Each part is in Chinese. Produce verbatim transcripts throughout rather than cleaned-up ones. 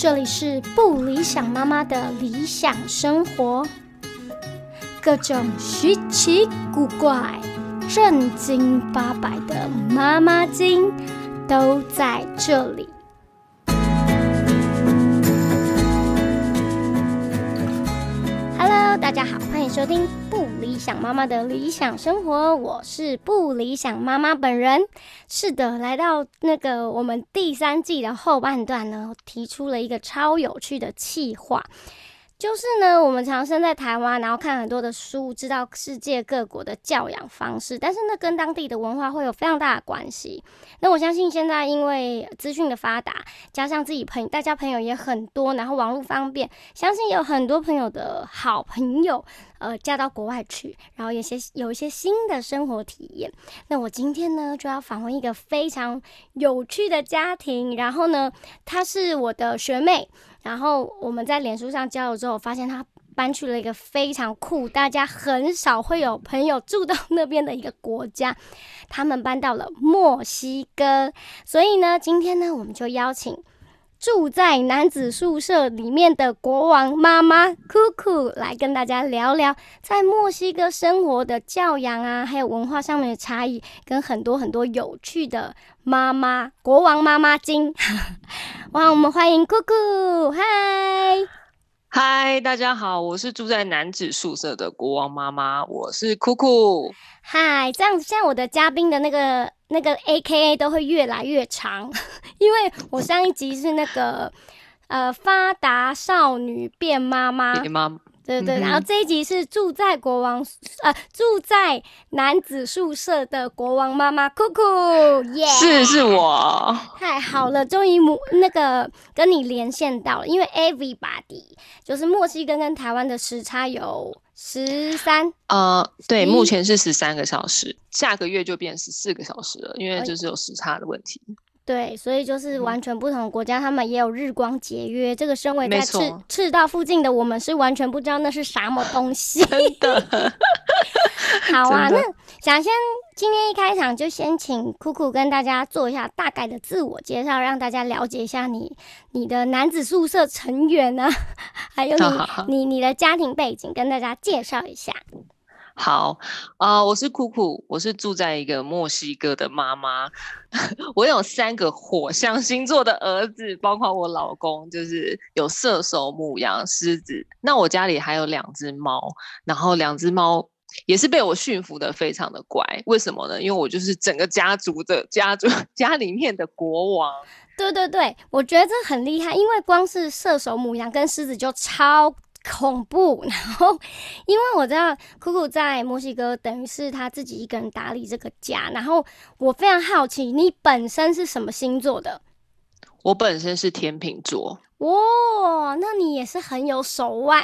这里是不理想妈妈的理想生活，各种稀奇古怪、正经八百的妈妈经都在这里。Hello， 大家好，欢迎收听不理想妈妈的理想生活，我是不理想妈妈本人。是的，来到那个我们第三季的后半段呢，提出了一个超有趣的企划。就是呢，我们常生在台湾，然后看很多的书，知道世界各国的教养方式，但是那跟当地的文化会有非常大的关系。那我相信现在因为资讯的发达，加上自己朋友，大家朋友也很多，然后网络方便，相信有很多朋友的好朋友，呃，嫁到国外去，然后有些有一些新的生活体验。那我今天呢，就要访问一个非常有趣的家庭，然后呢，她是我的学妹。然后我们在脸书上交流之后，发现他搬去了一个非常酷，大家很少会有朋友住到那边的一个国家，他们搬到了墨西哥。所以呢，今天呢，我们就邀请住在男子宿舍里面的国王妈妈酷酷来跟大家聊聊在墨西哥生活的教养啊，还有文化上面的差异，跟很多很多有趣的妈妈国王妈妈经。哇，我们欢迎酷酷，嗨嗨，大家好，我是住在男子宿舍的国王妈妈，我是酷酷。 嗨，这样现在我的嘉宾的那个那个 A K A 都会越来越长，因为我上一集是那个呃发达少女变妈妈， 变妈妈， 对对， 嗯、 然后这一集是住在国王呃住在男子宿舍的国王妈妈酷酷，耶、yeah! 是是我， 太好了，终于那个跟你连线到了，因为 everybody 就是墨西哥跟台湾的时差有十三， 呃，对，目前是十三个小时，下个月就变十四个小时了，因为就是有时差的问题。 对，所以就是完全不同的国家，嗯、他们也有日光节约。这个身为在赤赤道附近的我们，是完全不知道那是什么东西。 真的。 好啊，那想先今天一开场就先请酷酷跟大家做一下大概的自我介绍，让大家了解一下你你的男子宿舍成员啊，还有你好好好你你的家庭背景，跟大家介绍一下。 好，呃，我是酷酷，我是住在一个墨西哥的妈妈。我有三个火象星座的儿子，包括我老公，就是有射手、牡羊、狮子。那我家里还有两只猫，然后两只猫也是被我驯服的非常的乖。为什么呢？因为我就是整个家族的家族家里面的国王。 对对对，我觉得这很厉害，因为光是射手、牡羊跟狮子就超恐怖，然后因为我知道酷酷在墨西哥等于是他自己一个人打理这个家，然后我非常好奇你本身是什么星座的？ 我本身是天秤座。 哇，那你也是很有手腕。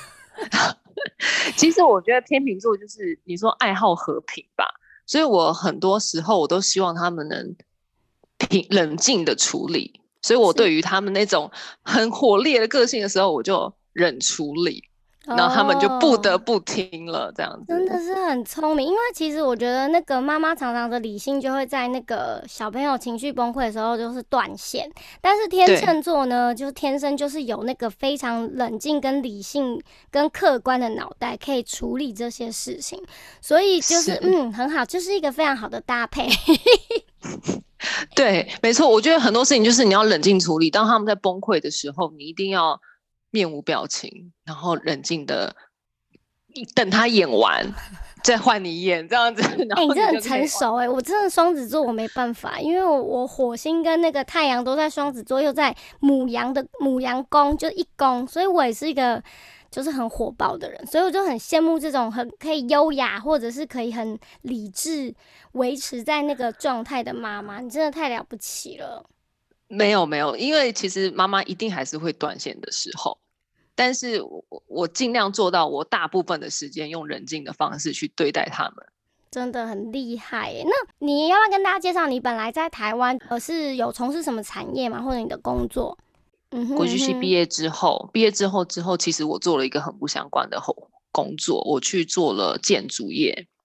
其实我觉得天秤座就是你说爱好和平吧，所以我很多时候我都希望他们能平冷静的处理，所以我对于他们那种很火烈的个性的时候，我就忍处理，然后他们就不得不听了，这样子。 真的是很聪明，因为其实我觉得那个妈妈常常的理性就会在那个小朋友情绪崩溃的时候就是断线，但是天秤座呢，就天生就是有那个非常冷静跟理性跟客观的脑袋，可以处理这些事情，所以就是嗯很好，就是一个非常好的搭配。 对，没错，我觉得很多事情就是你要冷静处理，当他们在崩溃的时候，你一定要面无表情，然后冷静的等他演完，再换你演，这样子。哎、 欸，你真的很成熟哎、欸！我真的双子座我没办法，因为我我火星跟那个太阳都在双子座，又在牡羊的牡羊宫，就一宫，所以我也是一个就是很火爆的人，所以我就很羡慕这种很可以优雅或者是可以很理智维持在那个状态的妈妈，你真的太了不起了。 没有没有，因为其实妈妈一定还是会断线的时候。但是我我尽量做到，我大部分的时间用冷静的方式去对待他们， 真的很厉害耶。那你要不要跟大家介绍你本来在台湾呃是有从事什么产业吗？或者你的工作？嗯哼， 国际系毕业之后，毕业之后之后，其实我做了一个很不相关的工作，我去做了建筑业。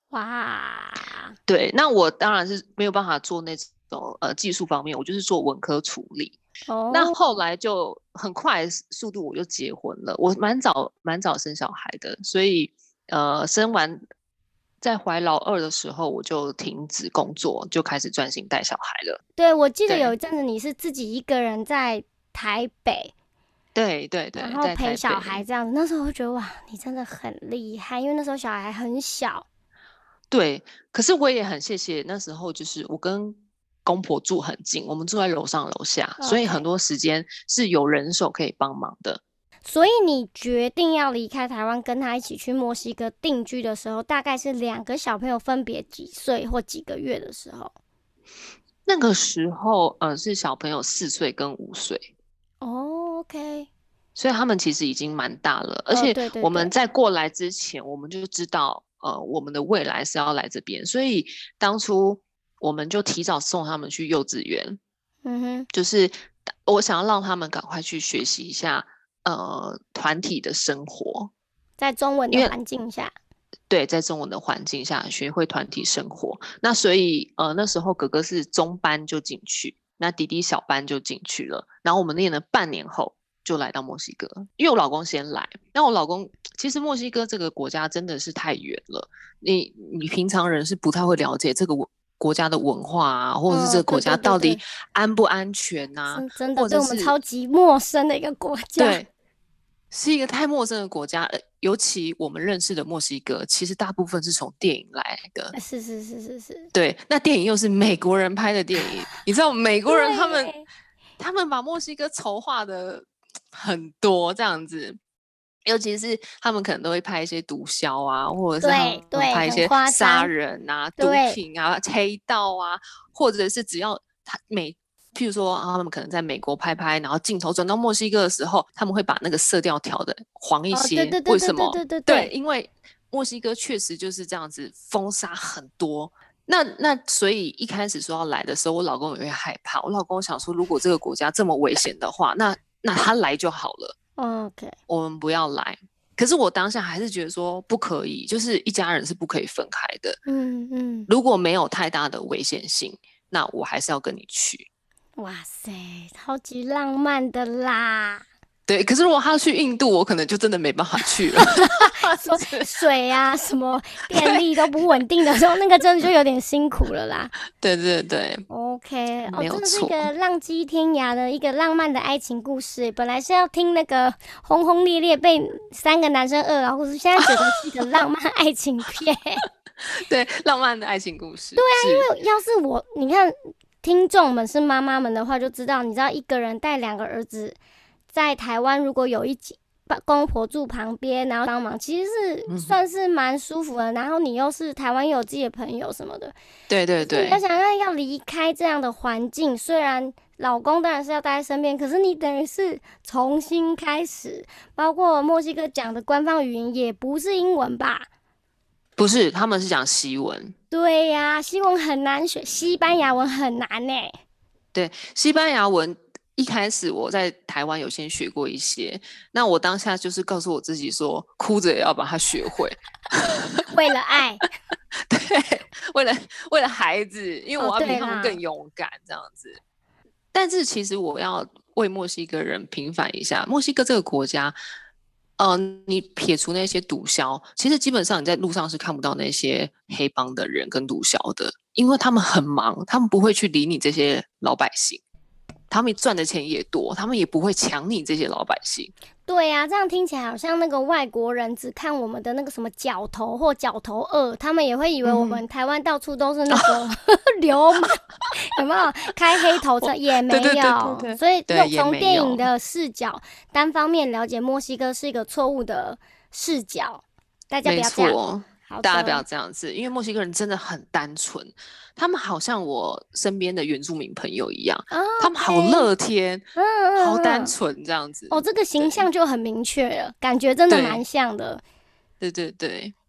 哇， 对，那我当然是没有办法做那种呃技术方面，我就是做文科处理。那哦， 后来就很快速度我就结婚了，我蛮早蛮早生小孩的，所以呃生完在怀老二的时候我就停止工作，就开始专心带小孩了。 对，我记得有对一阵子你是自己一个人在台北， 对对对， 然后在陪小台北。 孩这样子，那时候我觉得哇，你真的很厉害，因为那时候小孩很小。 对，可是我也很谢谢那时候，就是我跟公婆住很近，我们住在楼上楼下，所以很 OK， 多时间是有人手可以帮忙的。 所以你决定要离开台湾，跟他一起去墨西哥定居的时候，大概是两个小朋友分别几岁或几个月的时候。 那个时候，呃，是小朋友四岁跟五岁， 哦，OK， 所以他们其实已经蛮大了。而哦， 且我们对对对， 在过来之前，我们就知道，呃，我们的未来是要来这边，所以当初我们就提早送他们去幼稚园， 嗯哼， 就是我想要让他们赶快去学习一下，呃，团体的生活。 在中文的因为环境下， 对，在中文的环境下学会团体生活，那所以呃那时候哥哥是中班就进去，那弟弟小班就进去了，然后我们念了半年后就来到墨西哥，因为我老公先来，那我老公其实墨西哥这个国家真的是太远了，你你平常人是不太会了解这个文国家的文化啊，或者是这嗯， 个国对对家到底对对， 安不安全啊， 真真的对我们或者是超级陌生的一个国家。 对，是一个太陌生的国家，呃尤其我们认识的墨西哥，其实大部分是从电影来的。 哎是是是是是， 对，那电影又是美国人拍的电影，你知道美国人他们对他们把墨西哥筹划的很多这样子，尤其是他们可能都会拍一些毒枭啊，或者是他们对对，很拍一些夸杀张， 人啊、毒对， 品啊、黑道啊，或者是只要他美。譬如说，他们可能在美国拍拍，然后镜头转到墨西哥的时候，他们会把那个色调调的黄一哦，对些。 对对对为什么？ 对对对对， 对， 因为墨西哥确实就是这样子，风沙很多。那那所以一开始说要来的时候，我老公也会害怕。我老公想说，如果这个国家这么危险的话，那那他来就好了， OK， 我们不要来。可是我当下还是觉得说不可以，就是一家人是不可以分开的。 嗯嗯， 如果没有太大的危险性，那我还是要跟你去。 哇塞，超级浪漫的啦！ 对，可是如果他去印度，我可能就真的没办法去了。 说水啊，什么电力都不稳定的时候，那个真的就有点辛苦了啦。 对对对， OK，哦， 没有真的是一错。 个浪迹天涯的一个浪漫的爱情故事。本来是要听那个轰轰烈烈被三个男生恶搞，或是现在觉得是一个浪漫爱情片。 对，浪漫的爱情故事。对啊，因为要是我，你看听众们是妈妈们的话，就知道，你知道一个人带两个儿子在台湾，如果有一起公婆住旁边，然后帮忙，其实是算是蛮舒服的。然后你又是台湾又有自己的朋友什么的， 对对对， 你要想要要离开这样的环境，虽然老公当然是要待在身边，可是你等于是重新开始，包括墨西哥讲的官方语言也不是英文吧？ 不是，他们是讲西文。 对呀、西文很难学，西班牙文很难呢、 对，西班牙文一开始我在台湾有先学过一些，那我当下就是告诉我自己说，哭着也要把它学会。 为了爱， 对，为了为了孩子，因为我哦对要比他们啦更勇敢这样子。但是其实我要为墨西哥人平反一下，墨西哥这个国家，呃，你撇除那些毒枭，其实基本上你在路上是看不到那些黑帮的人跟毒枭的，因为他们很忙，他们不会去理你这些老百姓，他们赚的钱也多，他们也不会抢你这些老百姓。 对呀、这样听起来好像那个外国人只看我们的那个什么角头或角头二，他们也会以为我们台湾到处都是那个流氓，有没有开黑头车？也没有， 对对对对对所以对也没用从电影有的视角单方面了解墨西哥是一个错误的视角，大家不没要这样。 错， 好大家不要的， 这样子，因为墨西哥人真的很单纯，他们好像我身边的原住民朋友一样， 哦他们好 OK 乐天， 嗯嗯好单嗯， 纯这样子。 哦，这个形对象就很明确了，感觉真的对蛮像的。 对对对，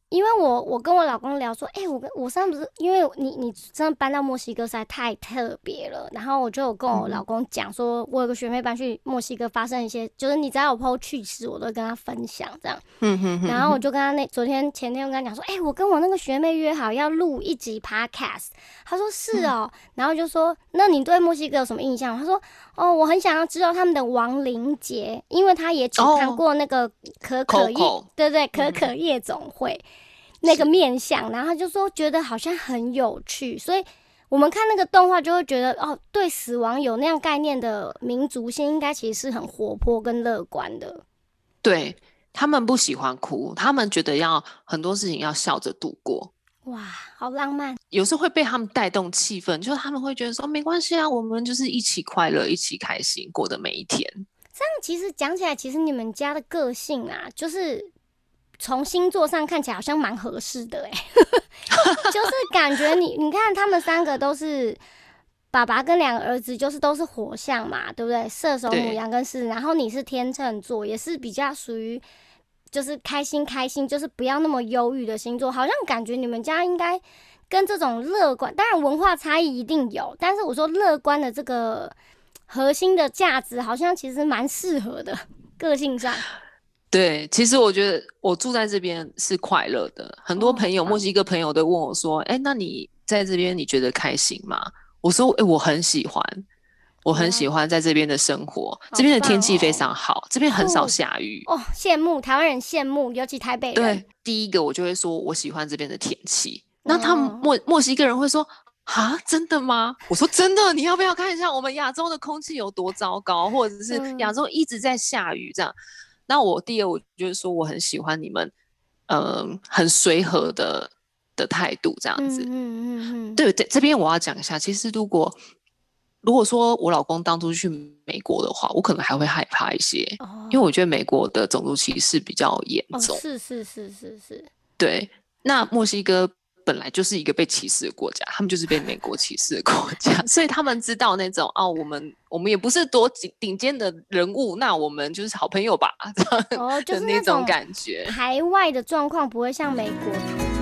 因为我我跟我老公聊说，哎、欸，我跟我上次不是因为你你真的搬到墨西哥实在太特别了，然后我就有跟我老公讲说，我有个学妹搬去墨西哥，发生一些就是你只要有 po 趣事，我都跟他分享这样。嗯哼哼。然后我就跟他那昨天前天我跟他讲说，哎、欸，我跟我那个学妹约好要录一集 podcast， 他说是哦、喔嗯，然后就说那你对墨西哥有什么印象？他说哦，我很想要知道他们的亡灵节，因为他也只看过那个可可夜，哦、对对，可可夜总会。嗯那个面向，然后他就说觉得好像很有趣，所以我们看那个动画就会觉得哦，对死亡有那样概念的民族性，应该其实是很活泼跟乐观的。 对，他们不喜欢哭，他们觉得要很多事情要笑着度过。 哇，好浪漫！ 有时候会被他们带动气氛，就是他们会觉得说没关系啊，我们就是一起快乐，一起开心过的每一天。 这样其实讲起来，其实你们家的个性啊，就是从星座上看起来好像蛮合适的哎、欸，就是感觉你你看他们三个都是爸爸跟两个儿子，就是都是火象嘛，对不对？射手、牡羊跟狮子，然后你是天秤座，也是比较属于就是开心开心，就是不要那么忧郁的星座，好像感觉你们家应该跟这种乐观，当然文化差异一定有，但是我说乐观的这个核心的价值，好像其实蛮适合的，个性上。 对，其实我觉得我住在这边是快乐的，很多朋友、哦、墨西哥朋友都问我说，哎，那你在这边你觉得开心吗？我说，哎，我很喜欢，我很喜欢在这边的生活，哦、这边的天气非常好，哦、这边很少下雨。 哦，羡慕台湾人，羡慕，尤其台北人。 对，第一个我就会说我喜欢这边的天气，那他们墨墨西哥人会说，啊，真的吗？我说真的，你要不要看一下我们亚洲的空气有多糟糕，或者是亚洲一直在下雨这样。嗯，那我第二，我就是说我很喜欢你们，嗯、呃，很随和的的态度这样子。嗯嗯嗯对，这边我要讲一下，其实如果如果说我老公当初去美国的话，我可能还会害怕一些，哦、因为我觉得美国的种族歧视比较严重。 哦，是是是是是。 对，那墨西哥本来就是一个被歧视的国家，他们就是被美国歧视的国家，所以他们知道那种哦，我们我们也不是多顶尖的人物，那我们就是好朋友吧， 哦，就是那种感觉。 海外的状况不会像美国。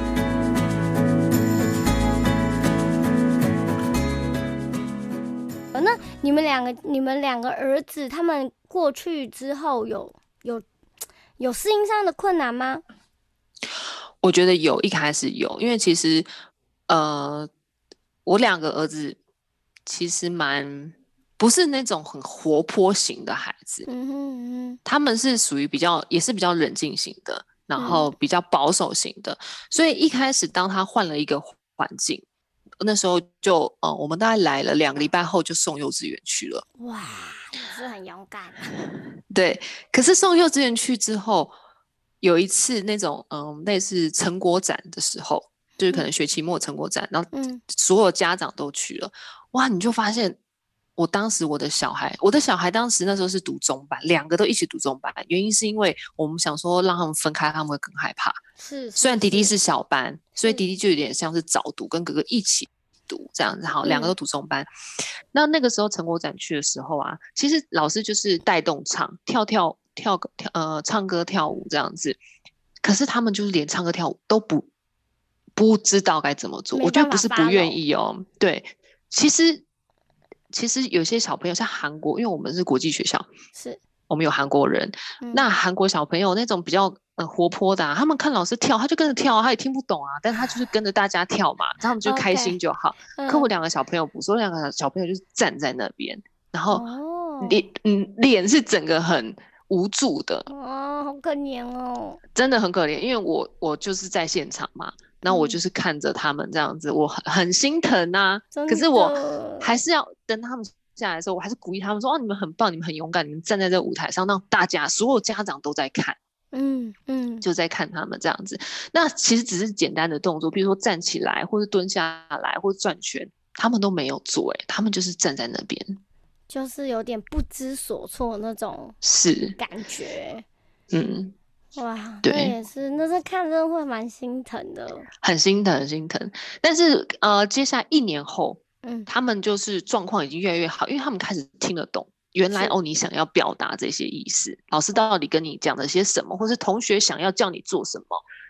那你们两个，你们两个儿子他们过去之后有有有适应上的困难吗？ 我觉得有，一开始有，因为其实，呃，我两个儿子其实蛮不是那种很活泼型的孩子，嗯哼嗯哼，他们是属于比较也是比较冷静型的，然后比较保守型的，嗯、所以一开始当他换了一个环境，那时候就呃，我们大概来了两个礼拜后就送幼稚园去了。 哇，你是很勇敢、啊。 对，可是送幼稚园去之后。有一次那种嗯类似成果展的时候，就是可能学期末成果展，然后所有家长都去了，哇，你就发现我当时我的小孩，我的小孩当时那时候是读中班，两个都一起读中班，原因是因为我们想说让他们分开，他们会更害怕。是，虽然弟弟是小班，所以弟弟就有点像是早读，跟哥哥一起读这样子，好，两个都读中班。嗯、那那个时候成果展去的时候啊，其实老师就是带动唱，跳跳。跳跳呃唱歌跳舞这样子，可是他们就是连唱歌跳舞都不不知道该怎么做。我觉得不是不愿意哦，对，其实其实有些小朋友像韩国，因为我们是国际学校，是我们有韩国人，嗯、那韩国小朋友那种比较呃活泼的、啊，他们看老师跳，他就跟着跳，他也听不懂啊，但他就是跟着大家跳嘛，他们就开心就好。Okay, 可我两个小朋友不是，我两个小朋友就是站在那边，然后脸、哦、嗯脸是整个很。无助的哦，好可怜哦， 真的很可怜，因为我我就是在现场嘛，那我就是看着他们这样子，嗯、我很很心疼啊。可是我还是要等他们下来的时候，我还是鼓励他们说：“哦，你们很棒，你们很勇敢，你们站在这个舞台上，让大家所有家长都在看，嗯嗯，就在看他们这样子。那其实只是简单的动作，比如说站起来，或者蹲下来，或者转圈，他们都没有做、欸，哎，他们就是站在那边。” 就是有点不知所措那种是感觉， 嗯， 哇，对，那也是，那是看着会蛮心疼的， 很心疼，很心疼。但是呃，接下来一年后，嗯，他们就是状况已经越来越好，因为他们开始听得懂，原来哦，你想要表达这些意思，老师到底跟你讲了些什么，或是同学想要叫你做什么，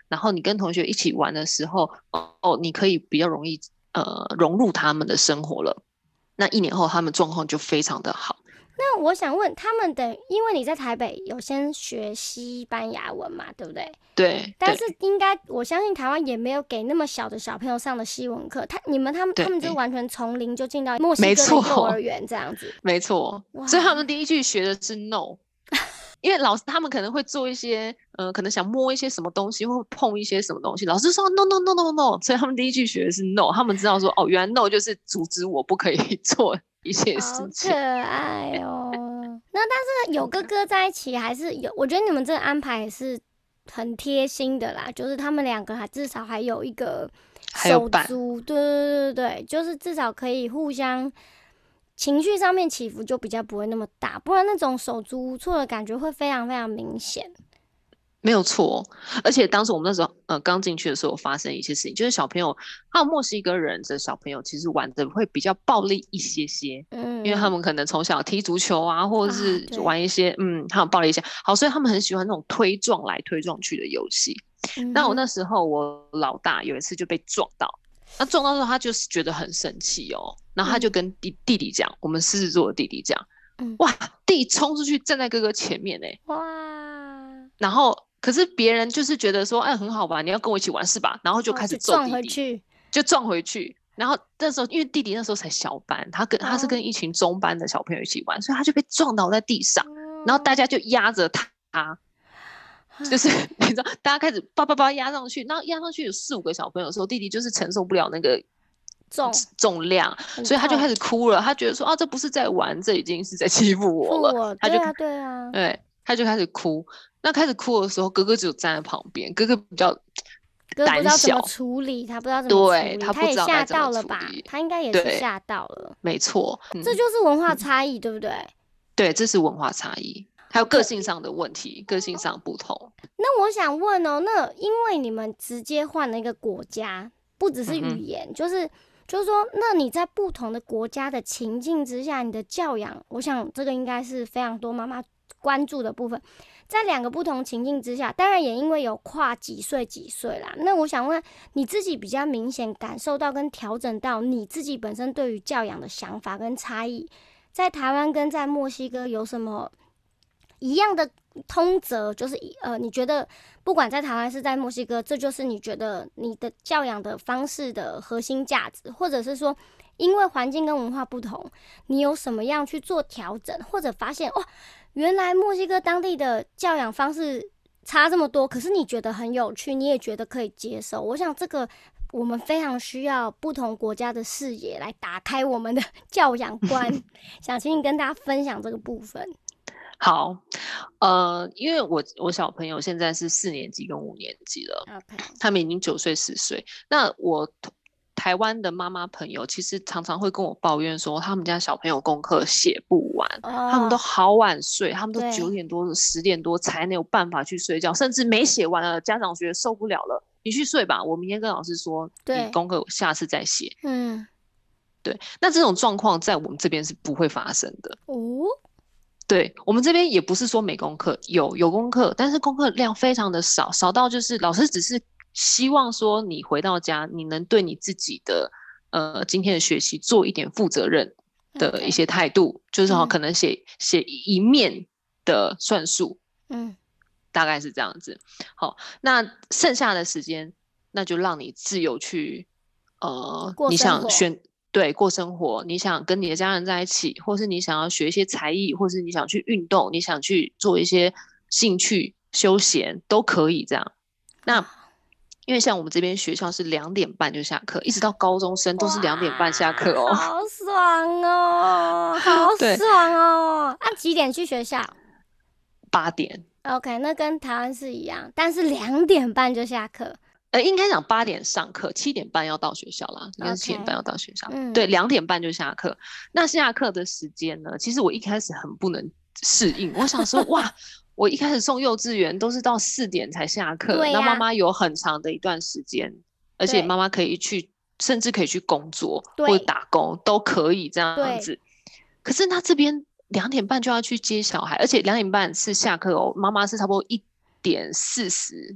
然后你跟同学一起玩的时候，哦，你可以比较容易呃融入他们的生活了。那一年后他们状况就非常的好。 那我想问他们的，因为你在台北有先学西班牙文嘛，对不对？ 对。 但是应该我相信台湾也没有给那么小的小朋友上的西文课，他你们他们他们就完全从零就进到墨西哥的幼儿园这样子。 没错，所以他们第一句学的是 no。因为老师他们可能会做一些，呃，可能想摸一些什么东西，或碰一些什么东西，老师说 no no no no no， 所以他们第一句学的是 no， 他们知道说哦，原来 no 就是阻止我不可以做一些事情。 好可爱哦。那但是有哥哥在一起，还是有，我觉得你们这个安排也是很贴心的啦，就是他们两个还至少还有一个手足，对对对对，就是至少可以互相。情绪上面起伏就比较不会那么大，不然那种手足无措的感觉会非常非常明显。 没有错，而且当时我们那时候呃刚进去的时候发生一些事情，就是小朋友还有墨西哥人的小朋友其实玩的会比较暴力一些些，嗯，因为他们可能从小踢足球啊，或者是玩一些、啊、嗯他们暴力一些，好，所以他们很喜欢那种推撞来推撞去的游戏、嗯、那我那时候我老大有一次就被撞到，那撞到之后他就是觉得很生气哦，然后他就跟弟弟弟讲、嗯、我们狮子座的弟弟讲、嗯、哇，弟冲出去站在哥哥前面耶，哇，然后可是别人就是觉得说哎很好吧，你要跟我一起玩是吧，然后就开始揍弟弟、哦、就撞回去就撞回去，然后那时候因为弟弟那时候才小班，他跟、哦、他是跟一群中班的小朋友一起玩，所以他就被撞倒在地上、嗯、然后大家就压着他，就是你知道大家开始叭叭叭压上去，然后压上去有四五个小朋友的时候，弟弟就是承受不了那个重重量，所以他就开始哭了，他觉得说啊这不是在玩，这已经是在欺负我了， 我他就对啊对啊， 对，他就开始哭。那开始哭的时候，哥哥只有站在旁边，哥哥比较哥哥不知道怎么处理，他不知道怎么处理， 对，他不知道他也吓到了吧？他应该也是吓到了， 没错、 嗯，这就是文化差异、嗯，对不对？ 对，这是文化差异，还有个性上的问题，个性上不同。 那我想问哦，那因为你们直接换了一个国家，不只是语言，嗯、就是就是说，那你在不同的国家的情境之下，你的教养，我想这个应该是非常多妈妈关注的部分。在两个不同情境之下，当然也因为有跨几岁几岁啦。那我想问你自己比较明显感受到跟调整到你自己本身对于教养的想法跟差异，在台湾跟在墨西哥有什么一样的通则？就是呃，你觉得不管在台湾是在墨西哥，这就是你觉得你的教养的方式的核心价值，或者是说因为环境跟文化不同，你有什么样去做调整，或者发现哦，原来墨西哥当地的教养方式差这么多，可是你觉得很有趣，你也觉得可以接受。我想这个我们非常需要不同国家的视野来打开我们的教养观想请你跟大家分享这个部分。 好，呃，因为我我小朋友现在是四年级跟五年级了， okay. 他们已经九岁十岁。那我台湾的妈妈朋友其实常常会跟我抱怨说，他们家小朋友功课写不完，哦、他们都好晚睡，他们都九点多、十点多才能有办法去睡觉，甚至没写完了，家长觉得受不了了，你去睡吧，我明天跟老师说，你功课下次再写。嗯，对。那这种状况在我们这边是不会发生的。哦。对，我们这边也不是说没功课，有有功课，但是功课量非常的少，少到就是老师只是希望说你回到家，你能对你自己的呃今天的学习做一点负责任的一些态度， okay. 就是好可能写写、嗯、一面的算术，嗯，大概是这样子。好，那剩下的时间，那就让你自由去呃，你想选。对，过生活，你想跟你的家人在一起，或是你想要学一些才艺，或是你想去运动，你想去做一些兴趣休闲都可以这样。那因为像我们这边学校是两点半就下课，一直到高中生都是两点半下课哦， 好爽哦，好爽哦。按、啊、几点去学校？ 八点。 OK， 那跟台湾是一样，但是两点半就下课。 呃，应该讲八点上课，七点半要到学校啦，应该是七点半要到学校。Okay. 对，两点半就下课。那下课的时间呢？其实我一开始很不能适应，我想说，哇，我一开始送幼稚园都是到四点才下课，那妈妈有很长的一段时间，而且妈妈可以去，甚至可以去工作或者打工都可以这样子。可是那这边两点半就要去接小孩，而且两点半是下课哦，妈妈是差不多一点四十。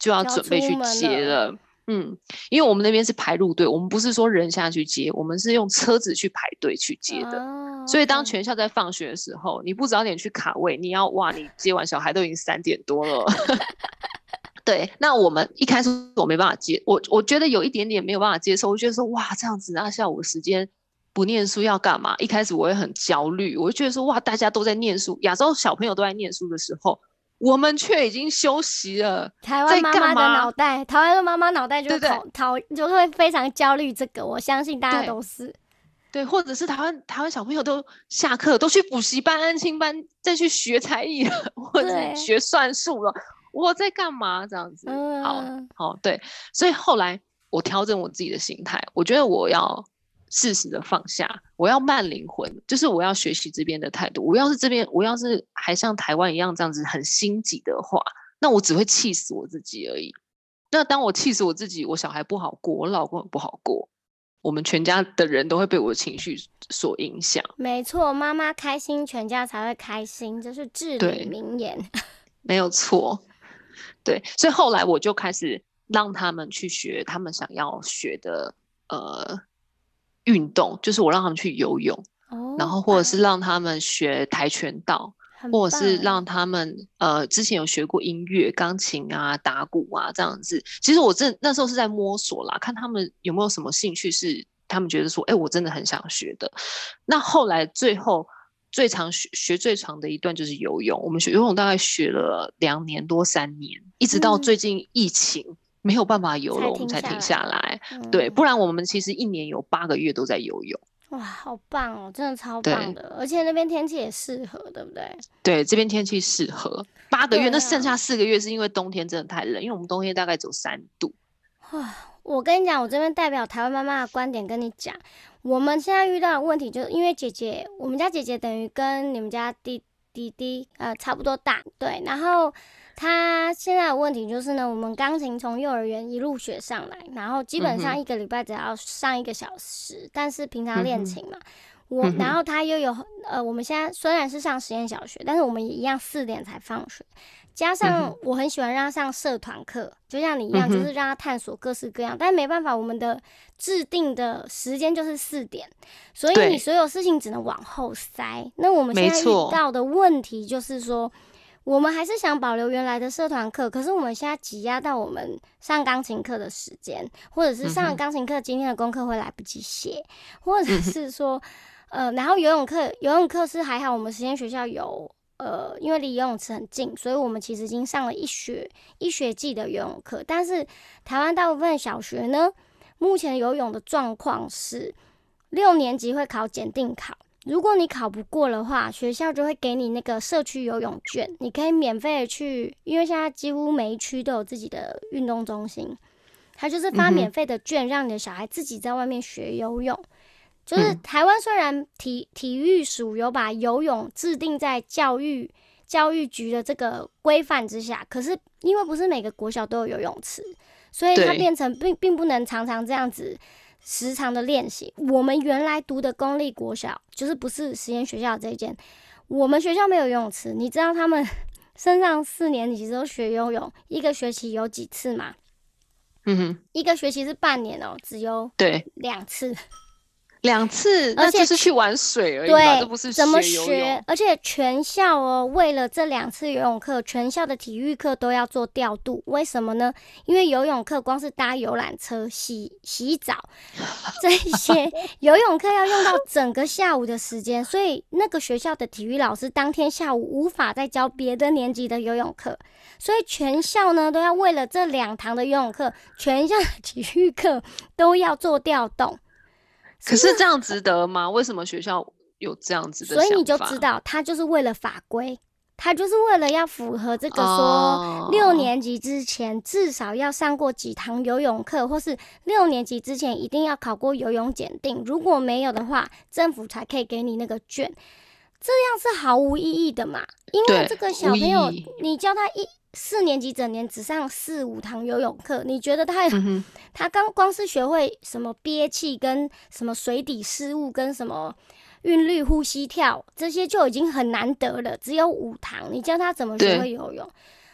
就要准备去接了。嗯，因为我们那边是排路队，我们不是说人下去接，我们是用车子去排队去接的。哦、所以当全校在放学的时候，你不早点去卡位，你要哇，你接完小孩都已经三点多了。对，那我们一开始我没办法接，我我觉得有一点点没有办法接受，我觉得说哇，这样子那下午时间不念书要干嘛？一开始我会很焦虑，我就觉得说哇，大家都在念书，亚洲小朋友都在念书的时候。我们却已经休息了。 台湾妈妈的脑袋，台湾的妈妈脑袋就讨讨就会非常焦虑。这个我相信大家都是。 对，对或者是台湾台湾小朋友都下课都去补习班、安亲班，再去学才艺了，或者学算术了。我在干嘛？这样子，嗯、好好对。所以后来我调整我自己的心态，我觉得我要适时的放下，我要慢灵魂，就是我要学习这边的态度。我要是这边，我要是还像台湾一样这样子很心急的话，那我只会气死我自己而已。那当我气死我自己，我小孩不好过，我老公也不好过，我们全家的人都会被我的情绪所影响。 没错，妈妈开心，全家才会开心，这是至理名言。 没有错，对，所以后来我就开始让他们去学他们想要学的呃。运动，就是我让他们去游泳，哦、然后或者是让他们学跆拳道，或者是让他们呃之前有学过音乐，钢琴啊、打鼓啊这样子。其实我真那时候是在摸索啦，看他们有没有什么兴趣是他们觉得说，哎、欸，我真的很想学的。那后来最后最长学学最长的一段就是游泳，我们学游泳大概学了两年多三年，一直到最近疫情。嗯没有办法游了，我们才停下来。嗯、对，不然我们其实一年有八个月都在游泳。 哇，好棒哦，真的超棒的，而且那边天气也适合，对不对？ 对，这边天气适合八个月，啊、那剩下四个月是因为冬天真的太冷，因为我们冬天大概只有三度。 哇，我跟你讲，我这边代表台湾妈妈的观点跟你讲，我们现在遇到的问题就是因为姐姐，我们家姐姐等于跟你们家弟弟弟呃差不多大，对，然后。他现在的问题就是呢，我们钢琴从幼儿园一路学上来，然后基本上一个礼拜只要上一个小时，嗯、但是平常练琴嘛，嗯、我然后他又有呃，我们现在虽然是上实验小学，但是我们也一样四点才放学，加上我很喜欢让他上社团课，就像你一样，嗯、就是让他探索各式各样，但没办法，我们的制定的时间就是四点，所以你所有事情只能往后塞。那我们现在遇到的问题就是说。我们还是想保留原来的社团课，可是我们现在挤压到我们上钢琴课的时间，或者是上了钢琴课今天的功课会来不及写，或者是说，呃，然后游泳课，游泳课是还好，我们实验学校有，呃，因为离游泳池很近，所以我们其实已经上了一学一学季的游泳课。但是台湾大部分小学呢，目前游泳的状况是六年级会考检定考。如果你考不过的话，学校就会给你那个社区游泳券，你可以免费的去，因为现在几乎每一区都有自己的运动中心，它就是发免费的券，让你的小孩自己在外面学游泳。就是台湾虽然体体育署有把游泳制定在教育教育局的这个规范之下，可是因为不是每个国小都有游泳池，所以它变成并并不能常常这样子。时常的练习，我们原来读的公立国小，就是不是实验学校这一间，我们学校没有游泳池。你知道他们升上四年级之后学游泳，一个学期有几次吗？嗯哼，一个学期是半年哦，只有对两次。 两次，那就是去玩水而已吧，这不是学游泳。怎么学？ 而且全校哦，为了这两次游泳课，全校的体育课都要做调度。为什么呢？因为游泳课光是搭游览车、洗洗澡这些，游泳课要用到整个下午的时间，所以那个学校的体育老师当天下午无法再教别的年级的游泳课，所以全校呢都要为了这两堂的游泳课，全校的体育课都要做调动。 可是这样值得吗？为什么学校有这样子的想法？ 所以你就知道，他就是为了法规，他就是为了要符合这个说六年级之前至少要上过几堂游泳课，或是六年级之前一定要考过游泳检定，如果没有的话，政府才可以给你那个券。这样是毫无意义的嘛？因为这个小朋友，你教他一四年级整年只上四五堂游泳课，你觉得他、嗯、他刚光是学会什么憋气跟什么水底事物跟什么韵律呼吸跳这些就已经很难得了，只有五堂，你教他怎么学会游泳？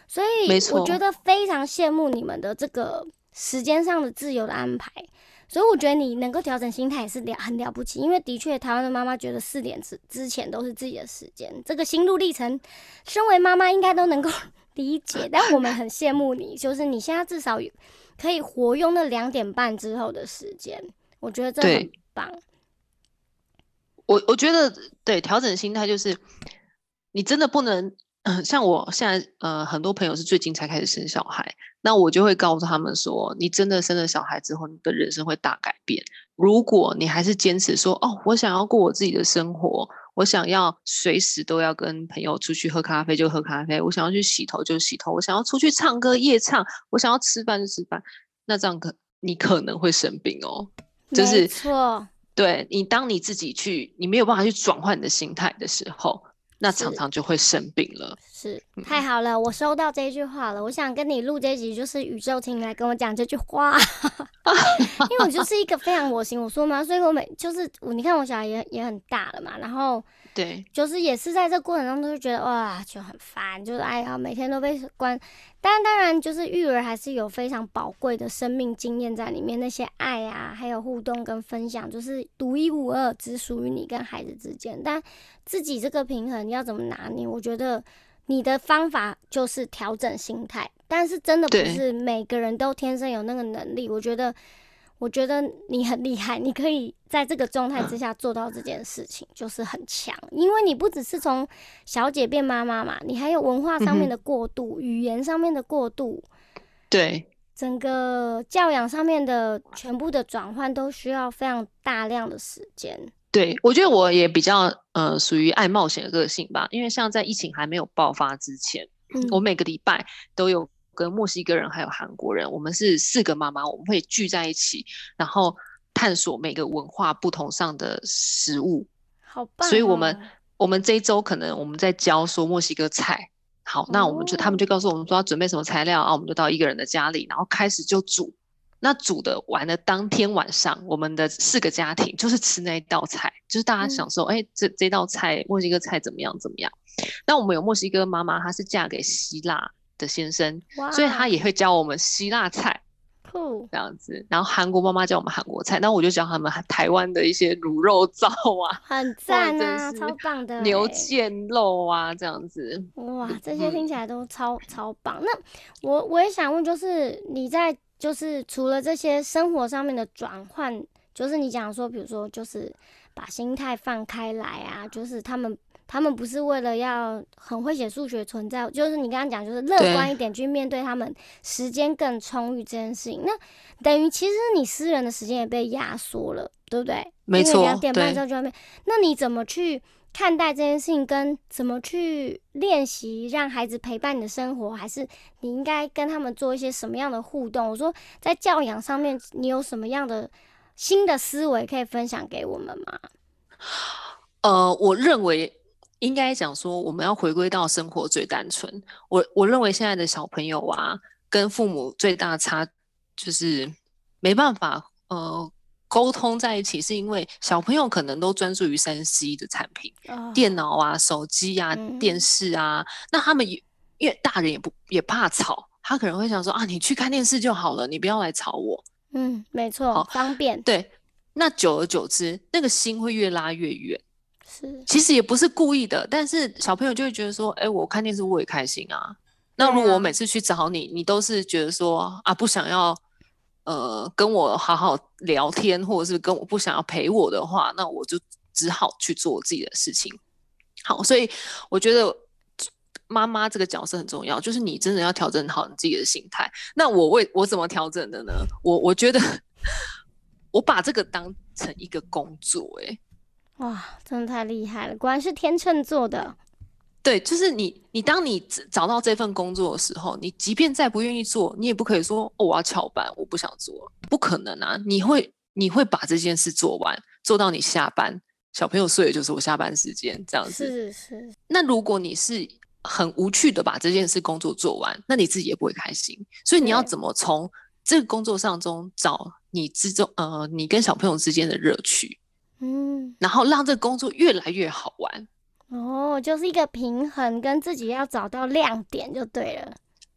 所以我觉得非常羡慕你们的这个时间上的自由的安排。所以我觉得你能够调整心态也是了很了不起，因为的确台湾的妈妈觉得四点之之前都是自己的时间，这个心路历程，身为妈妈应该都能够理解。但我们很羡慕你，就是你现在至少可以活用那两点半之后的时间，我觉得这很棒。 我我觉得对调整心态就是你真的不能。嗯，像我现在呃，很多朋友是最近才开始生小孩，那我就会告诉他们说，你真的生了小孩之后，你的人生会大改变。如果你还是坚持说，哦，我想要过我自己的生活，我想要随时都要跟朋友出去喝咖啡就喝咖啡，我想要去洗头就洗头，我想要出去唱歌夜唱，我想要吃饭就吃饭，那这样可你可能会生病哦。就是没错， 对你当你自己去，你没有办法去转换你的心态的时候。那常常就会生病了。 是，太好了，我收到这句话了。我想跟你录这集，就是宇宙请你来跟我讲这句话，因为我就是一个非常我行我素嘛，所以我每就是你看我小孩也也很大了嘛，然后对， 就是也是在这过程中都会觉得哇就很烦，就是哎呀每天都被关。但当然就是育儿还是有非常宝贵的生命经验在里面，那些爱啊，还有互动跟分享，就是独一无二，只属于你跟孩子之间。但自己这个平衡要怎么拿捏？我觉得你的方法就是调整心态，但是真的不是每个人都天生有那个能力。我觉得，我觉得你很厉害，你可以在这个状态之下做到这件事情，就是很强。因为你不只是从小姐变妈妈嘛，你还有文化上面的过渡、嗯、语言上面的过渡， 对， 整个教养上面的全部的转换都需要非常大量的时间。 对，我觉得我也比较呃属于爱冒险的个性吧，因为像在疫情还没有爆发之前，嗯、我每个礼拜都有跟墨西哥人还有韩国人，我们是四个妈妈，我们会聚在一起，然后探索每个文化不同上的食物。 好棒、哦！ 所以我们我们这一周可能我们在教说墨西哥菜，好，那我们就、哦、他们就告诉我们说要准备什么材料啊，我们就到一个人的家里，然后开始就煮。那煮的完了当天晚上，我们的四个家庭就是吃那一道菜，就是大家想说，哎、嗯欸，这这道菜墨西哥菜怎么样怎么样？那我们有墨西哥妈妈，她是嫁给希腊的先生，所以她也会教我们希腊菜， 酷这样子。然后韩国妈妈教我们韩国菜，那我就教他们台湾的一些卤肉燥啊， 很赞啊，超棒的牛腱肉啊，这样子。 哇，这些听起来都超、嗯、超棒。那我我也想问，就是你在。就是除了这些生活上面的转换，就是你讲说，比如说，就是把心态放开来啊，就是他们他们不是为了要很会写数学存在，就是你刚刚讲，就是乐观一点去面对他们，时间更充裕这件事情。那等于其实你私人的时间也被压缩了，对不对？ 没错， 因为两点半之后就要面，那你怎么去看待这件事情，跟怎么去练习让孩子陪伴你的生活，还是你应该跟他们做一些什么样的互动？我说在教养上面，你有什么样的新的思维可以分享给我们吗？ 呃，我认为应该讲说，我们要回归到生活最单纯。我我认为现在的小朋友啊，跟父母最大的差就是没办法呃。沟通在一起，是因为小朋友可能都专注于三 C 的产品，哦、电脑啊、手机啊、嗯、电视啊。那他们也因为大人也不也怕吵，他可能会想说啊，你去看电视就好了，你不要来吵我。 嗯，没错，方便。 对，那久而久之，那个心会越拉越远。 是， 其实也不是故意的，但是小朋友就会觉得说，哎、欸，我看电视我也开心啊。那如果我每次去找你，你都是觉得说啊，不想要。呃，跟我好好聊天，或者是跟我不想要陪我的话，那我就只好去做我自己的事情。好，所以我觉得妈妈这个角色很重要，就是你真的要调整好你自己的心态。那我为我怎么调整的呢？我我觉得我把这个当成一个工作、欸，哎， 哇，真的太厉害了，果然是天秤座的。 对，就是你，你当你找到这份工作的时候，你即便再不愿意做，你也不可以说哦，我要翘班，我不想做，不可能啊！你会，你会把这件事做完，做到你下班，小朋友睡的就是我下班时间，这样子。 是是。 那如果你是很无趣的把这件事工作做完，那你自己也不会开心。所以你要怎么从这个工作上中找你之中，呃，你跟小朋友之间的乐趣，嗯，然后让这个工作越来越好玩。 哦，就是一个平衡，跟自己要找到亮点就对了。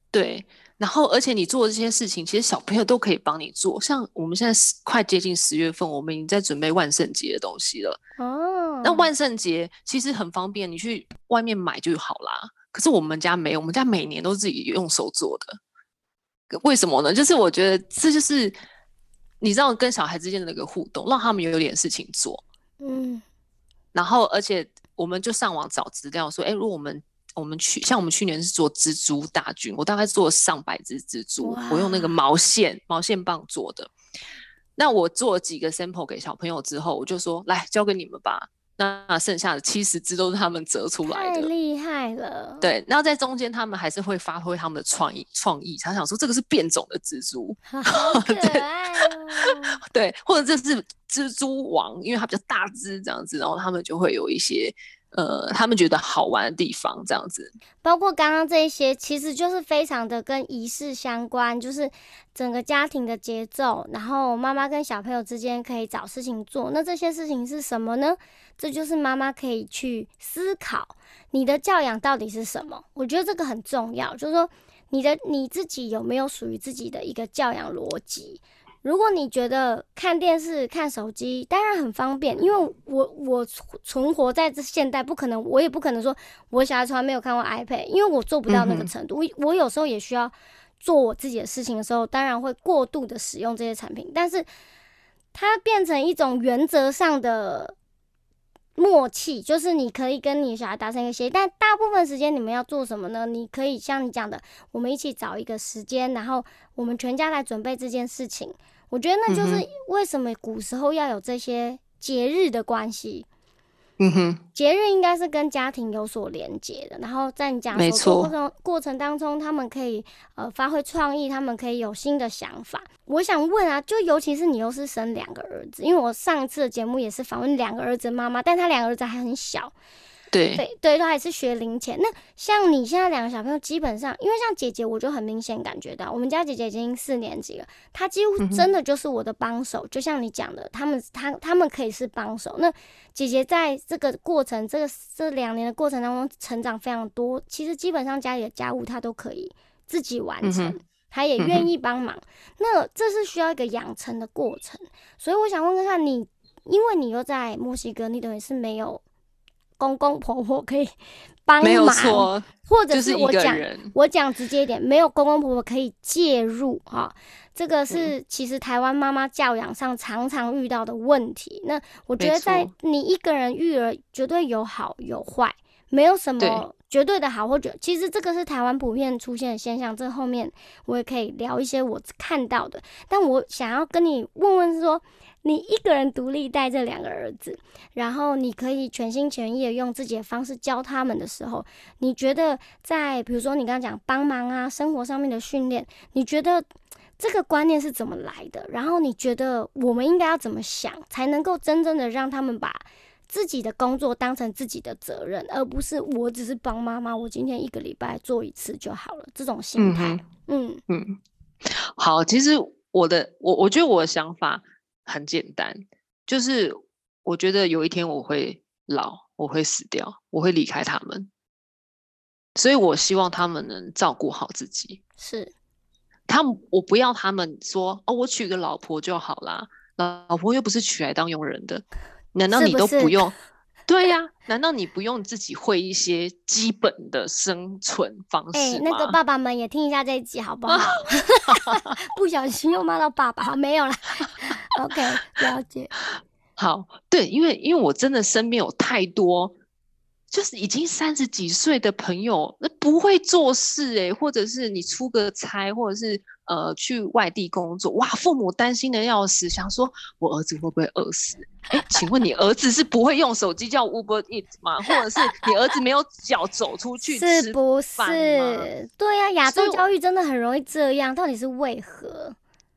对，然后而且你做这些事情，其实小朋友都可以帮你做。像我们现在快接近十月份，我们已经在准备万圣节的东西了。哦，那万圣节其实很方便，你去外面买就好啦。可是我们家没有，我们家每年都自己用手做的。为什么呢？就是我觉得这就是你知道跟小孩之间的那个互动，让他们有点事情做。嗯，然后而且我们就上网找资料说，哎，如果我们我们去像我们去年是做蜘蛛大军，我大概做了上百只蜘蛛，我用那个毛线毛线棒做的。那我做了几个 sample 给小朋友之后，我就说来交给你们吧。那剩下的七十只都是他们折出来的， 太厉害了。 对，然后在中间他们还是会发挥他们的创意，创意。他想说这个是变种的蜘蛛， 好可爱哦。 对，或者这是蜘蛛王，因为它比较大只这样子，然后他们就会有一些。呃，他们觉得好玩的地方，这样子， 包括刚刚这一些，其实就是非常的跟仪式相关，就是整个家庭的节奏，然后妈妈跟小朋友之间可以找事情做。那这些事情是什么呢？这就是妈妈可以去思考，你的教养到底是什么？我觉得这个很重要，就是说你的你自己有没有属于自己的一个教养逻辑？如果你觉得看电视、看手机当然很方便，因为我我存活在这现代，不可能，我也不可能说我小孩从来没有看过 iPad， 因为我做不到那个程度。嗯、我, 我有时候也需要做我自己的事情的时候，当然会过度的使用这些产品，但是它变成一种原则上的默契，就是你可以跟你小孩达成一个协议，但大部分时间你们要做什么呢？你可以像你讲的，我们一起找一个时间，然后我们全家来准备这件事情。我觉得那就是为什么古时候要有这些节日的关系。嗯哼，节日应该是跟家庭有所连结的，然后在你讲手作过程过程当中，他们可以呃发挥创意，他们可以有新的想法。我想问啊，就尤其是你又是生两个儿子，因为我上一次的节目也是访问两个儿子的妈妈，但他两个儿子还很小。对对对，都还是学龄前。那像你现在两个小朋友，基本上，因为像姐姐，我就很明显感觉到，我们家姐姐已经四年级了，她几乎真的就是我的帮手。嗯、就像你讲的，他们他他们可以是帮手。那姐姐在这个过程，这个这两年的过程当中，成长非常多。其实基本上家里的家务她都可以自己完成，嗯、她也愿意帮忙。嗯、那这是需要一个养成的过程。所以我想问问看你，因为你又在墨西哥，你等于是没有公公婆婆可以帮忙，没有错，或者是我讲、就是、我讲直接一点，没有公公婆婆可以介入哈，这个是其实台湾妈妈教养上常常遇到的问题。那我觉得在你一个人育儿绝对有好有坏，没有什么绝对的好或者，其实这个是台湾普遍出现的现象。这后面我也可以聊一些我看到的，但我想要跟你问问说，你一个人独立带这两个儿子，然后你可以全心全意的用自己的方式教他们的时候，你觉得在比如说你刚刚讲帮忙啊，生活上面的训练，你觉得这个观念是怎么来的？然后你觉得我们应该要怎么想，才能够真正的让他们把自己的工作当成自己的责任，而不是我只是帮妈妈，我今天一个礼拜做一次就好了，这种心态。嗯 嗯, 嗯， 好，其实我的我我觉得我的想法很简单，就是我觉得有一天我会老，我会死掉，我会离开他们，所以我希望他们能照顾好自己。 是， 他们我不要他们说哦，我娶个老婆就好啦，老婆又不是娶来当佣人的。难道你都不用？是不是对呀、啊，难道你不用自己会一些基本的生存方式吗？哎、 欸，那个爸爸们也听一下这一集好不好？不小心又骂到爸爸，好，没有啦。OK， 了解。 好，对，因为因为我真的身边有太多，就是已经三十几岁的朋友，那不会做事哎、欸，或者是你出个差，或者是呃去外地工作，哇，父母担心的要死，想说我儿子会不会饿死？哎，请问你儿子是不会用手机叫 Uber Eats 吗？或者是你儿子没有脚走出去吃饭吗？ 是不是？对呀、啊，亚洲教育真的很容易这样，到底是为何？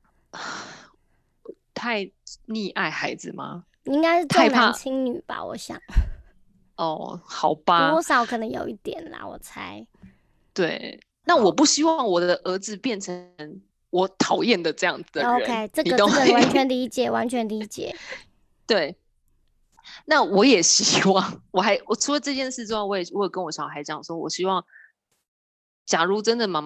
太溺爱孩子吗？ 应该是重男轻女吧，我想。 哦，好吧， 多少可能有一点啦，我猜。 对，那我不希望我的儿子变成我讨厌的这样子的人。 OK， 这个这个完全理解，完全理解。 对，那我也希望，我还我除了这件事之外，我也我有跟我小孩讲说，我希望，假如真的妈妈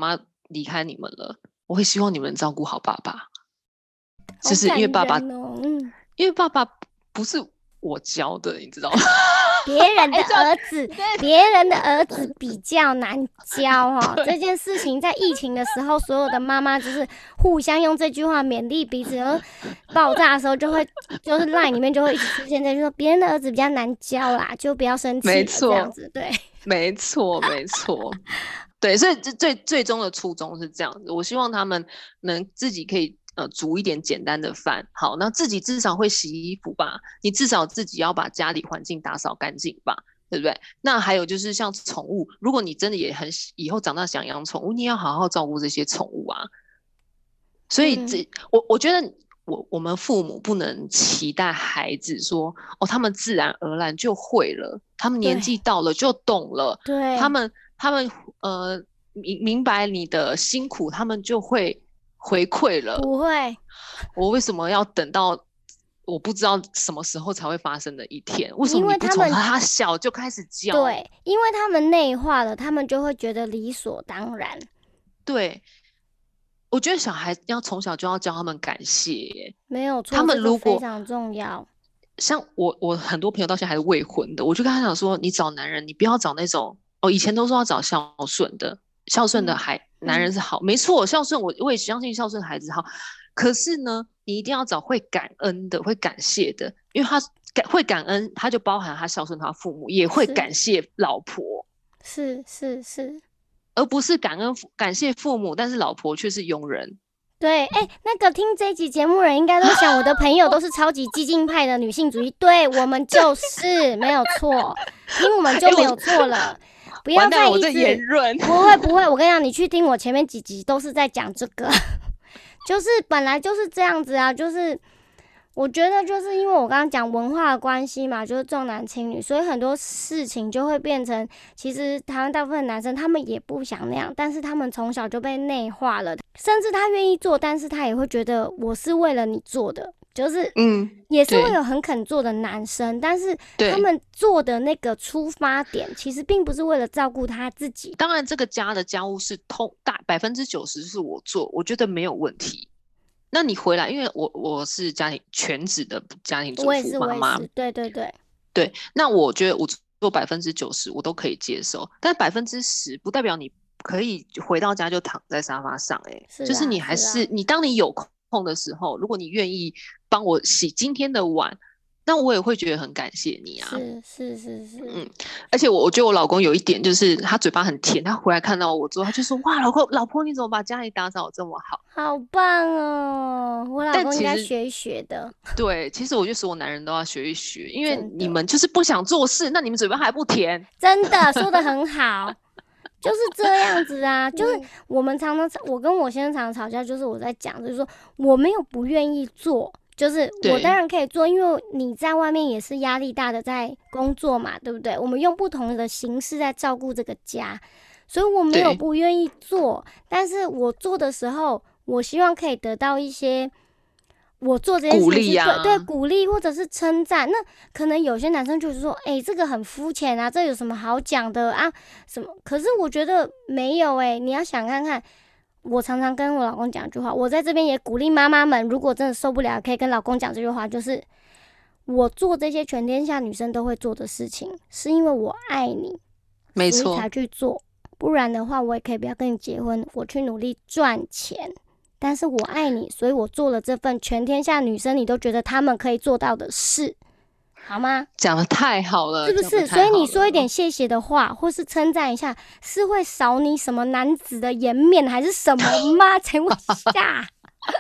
离开你们了，我会希望你们照顾好爸爸，就是因为爸爸， 哦嗯、 因为爸爸不是我教的，你知道吗？ 别人的儿子，别人的儿子比较难教哦。这件事情在疫情的时候，所有的妈妈就是互相用这句话勉励彼此，然后爆炸的时候就会，就是 LINE 里面就会一直出现这句说，别人的儿子比较难教啦，就不要生气了， 没错， 这样子，对， 没错，没错。对，所以最最终的初衷是这样子。我希望他们能自己可以呃煮一点简单的饭，好，那自己至少会洗衣服吧，你至少自己要把家里环境打扫干净吧，对不对？那还有就是像宠物，如果你真的也很以后长大想养宠物，你也要好好照顾这些宠物啊。所以这、嗯、我我觉得我我们父母不能期待孩子说哦，他们自然而然就会了，他们年纪到了就懂了， 对， 他们他们呃明明白你的辛苦，他们就会回馈了。 不会， 我为什么要等到我不知道什么时候才会发生的一天？为什么你不从他小就开始教？ 对，因为他们内化了，他们就会觉得理所当然。 对。我觉得小孩要从小就要教他们感谢耶， 没有错， 他们如果非常重要。 像我，我很多朋友到现在还是未婚的，我就跟他讲说，你找男人，你不要找那种哦，以前都说要找孝顺的，孝顺的孩、嗯、男人是好，嗯、没错，孝顺我我也相信孝顺的孩子好，可是呢，你一定要找会感恩的，会感谢的，因为他会感恩，他就包含他孝顺他父母，也会感谢老婆， 是是是。 而不是感恩感谢父母，但是老婆却是庸人。 对，哎、欸，那个听这一集节目人应该都想，我的朋友都是超级激进派的女性主义，对我们就是没有错，听我们就没有错了。不要再一直言论， 不会不会，我跟你讲，你去听我前面几集都是在讲这个，就是本来就是这样子啊，就是。我觉得就是因为我刚刚讲文化的关系嘛，就是重男轻女，所以很多事情就会变成，其实台湾大部分男生他们也不想那样，但是他们从小就被内化了，甚至他愿意做，但是他也会觉得我是为了你做的，就是嗯，也是会有很肯做的男生，但是他们做的那个出发点其实并不是为了照顾他自己。 当然，这个家的家务是通大百分之九十是我做，我觉得没有问题。那你回来，因为我我是家庭全职的家庭主妇妈妈， 对对对对。那我觉得我做百分之九十我都可以接受，但百分之十不代表你可以回到家就躺在沙发上、欸，哎、啊，就是你还是, 是、啊、你当你有空的时候，如果你愿意帮我洗今天的碗。那我也会觉得很感谢你啊， 是是是是， 嗯，而且我我觉得我老公有一点就是他嘴巴很甜，他回来看到我之后，他就说哇，老公老婆你怎么把家里打扫这么好， 好棒哦，我老公应该学一学的。 对，其实我觉得所有男人都要学一学，因为你们就是不想做事，那你们嘴巴还不甜， 真的说得很好。就是这样子啊，就是我们常常我跟我先生常常吵架，就是我在讲，就是说我没有不愿意做。就是我当然可以做，因为你在外面也是压力大的在工作嘛，对不对？我们用不同的形式在照顾这个家，所以我没有不愿意做，但是我做的时候，我希望可以得到一些我做这件事情鼓励啊， 对对，鼓励或者是称赞。那可能有些男生就是说，哎、欸，这个很肤浅啊，这有什么好讲的啊？什么？可是我觉得没有哎、欸，你要想看看。我常常跟我老公讲一句话，我在这边也鼓励妈妈们，如果真的受不了，可以跟老公讲这句话，就是我做这些全天下女生都会做的事情，是因为我爱你， 没错， 所以才去做。不然的话，我也可以不要跟你结婚，我去努力赚钱。但是我爱你，所以我做了这份全天下女生你都觉得她们可以做到的事。好吗？ 讲得太好了， 是不是？所以你说一点谢谢的话，或是称赞一下，是会少你什么男子的颜面，还是什么吗？请问一下。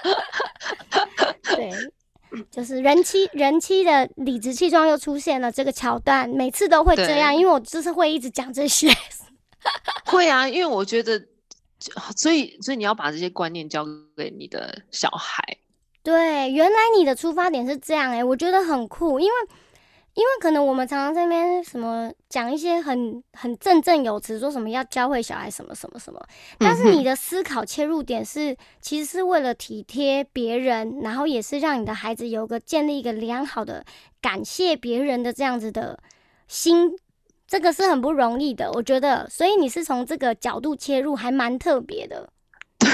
对，就是人妻，人妻的理直气壮又出现了这个桥段，每次都会这样，因为我就是会一直讲这些。 会啊，因为我觉得，所以所以你要把这些观念交给你的小孩。 对，原来你的出发点是这样哎、欸，我觉得很酷，因为。因为可能我们常常在那边什么讲一些很很振振有词，说什么要教会小孩什么什么什么，但是你的思考切入点是，其实是为了体贴别人，然后也是让你的孩子有个建立一个良好的感谢别人的这样子的心，这个是很不容易的，我觉得，所以你是从这个角度切入，还蛮特别的。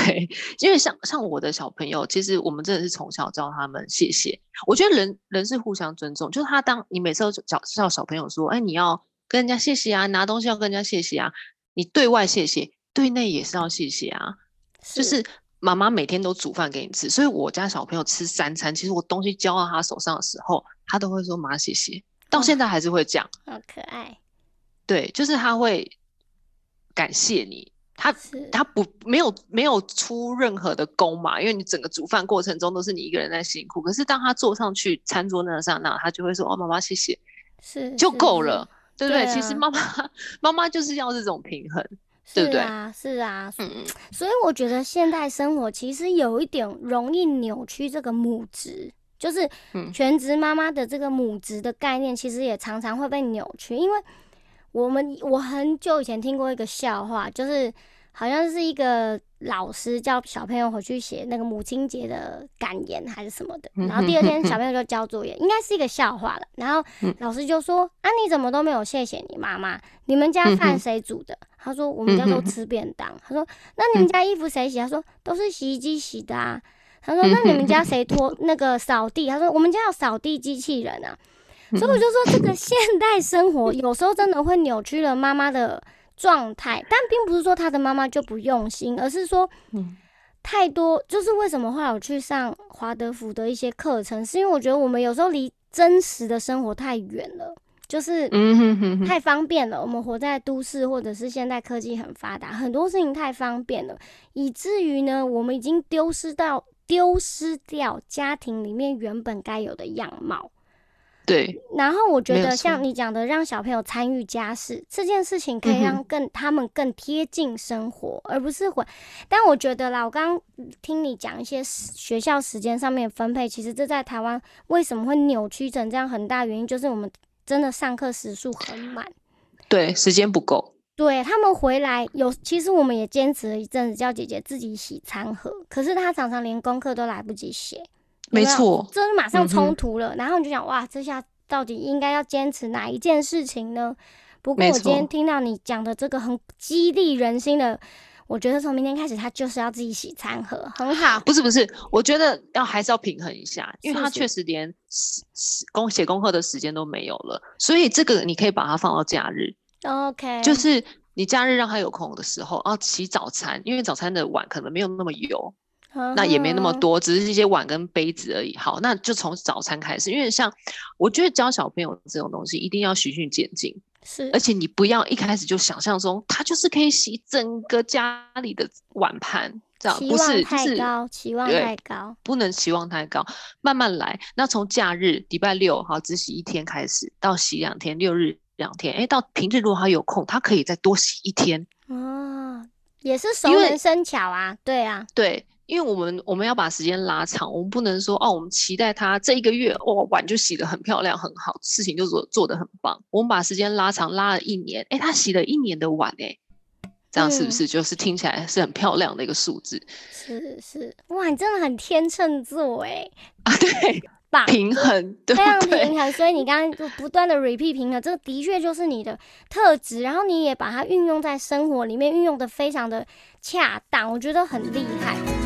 对，因为像像我的小朋友，其实我们真的是从小教他们谢谢。我觉得人人是互相尊重，就是他当你每次都叫叫小朋友说，哎，你要跟人家谢谢啊，拿东西要跟人家谢谢啊，你对外谢谢，对内也是要谢谢啊。是就是妈妈每天都煮饭给你吃，所以我家小朋友吃三餐，其实我东西交到他手上的时候，他都会说妈谢谢，到现在还是会讲， 好可爱。 对，就是他会感谢你。他他不没有没有出任何的功嘛，因为你整个煮饭过程中都是你一个人在辛苦。可是当他坐上去餐桌那上那，他就会说：“哦，妈妈谢谢， 是就够了，对不对？” 对啊、 其实妈妈妈妈就是要这种平衡，对不对？ 是啊，是啊， 嗯嗯。 所以我觉得现代生活其实有一点容易扭曲这个母职，就是全职妈妈的这个母职的概念，其实也常常会被扭曲，因为。我们我很久以前听过一个笑话，就是好像是一个老师叫小朋友回去写那个母亲节的感言还是什么的，然后第二天小朋友就交作业，应该是一个笑话了。然后老师就说：“啊，你怎么都没有谢谢你妈妈？你们家饭谁煮的？”他说：“我们家都吃便当。”他说：“那你们家衣服谁洗？”他说：“都是洗衣机洗的啊。”他说：“那你们家谁拖那个扫地？”他说：“我们家有扫地机器人啊。”所以我就说，这个现代生活有时候真的会扭曲了妈妈的状态，但并不是说她的妈妈就不用心，而是说太多。就是为什么后来我去上华德福的一些课程，是因为我觉得我们有时候离真实的生活太远了，就是太方便了。我们活在都市，或者是现代科技很发达，很多事情太方便了，以至于呢，我们已经丢失到丢失掉家庭里面原本该有的样貌。 对， 然后我觉得像你讲的，让小朋友参与家事这件事情，可以让更、嗯、他们更贴近生活，而不是回。但我觉得啦，我刚刚听你讲一些学校时间上面的分配，其实这在台湾为什么会扭曲成这样，很大原因就是我们真的上课时数很满， 对，时间不够。 对，他们回来有，其实我们也坚持了一阵子，叫姐姐自己洗餐盒，可是她常常连功课都来不及写。 没错， 这是马上冲突了、嗯、然后你就想，哇，这下到底应该要坚持哪一件事情呢？不过我今天听到你讲的这个很激励人心的，我觉得从明天开始他就是要自己洗餐盒，很好。 不是不是，我觉得要还是要平衡一下，因为他确实连功写功课的时间都没有了，所以这个你可以把它放到假日。 OK， 就是你假日让他有空的时候，啊，洗早餐，因为早餐的碗可能没有那么油。那也没那么多，只是一些碗跟杯子而已。好，那就从早餐开始，因为像我觉得教小朋友这种东西，一定要循序渐进， 是， 而且你不要一开始就想象中他就是可以洗整个家里的碗盘，这样不是， 太高，期望太高， 不能期望太高，慢慢来。那从假日礼拜六好只洗一天开始，到洗两天，六日两天，哎，到平日如果他有空，他可以再多洗一天。 哦，也是熟能生巧啊，对啊， 对。因为我们我们要把时间拉长，我们不能说哦，我们期待他这一个月哦碗就洗得很漂亮很好，事情就做做得很棒。我们把时间拉长，拉了一年，哎，他洗了一年的碗，哎，这样是不是就是听起来是很漂亮的一个数字？ 嗯、是是，哇，你真的很天秤座哎啊，对， 棒， 平衡，对非常平衡。所以你刚刚就不断的 repeat 平衡，这的确就是你的特质，然后你也把它运用在生活里面，运用的非常的恰当，我觉得很厉害。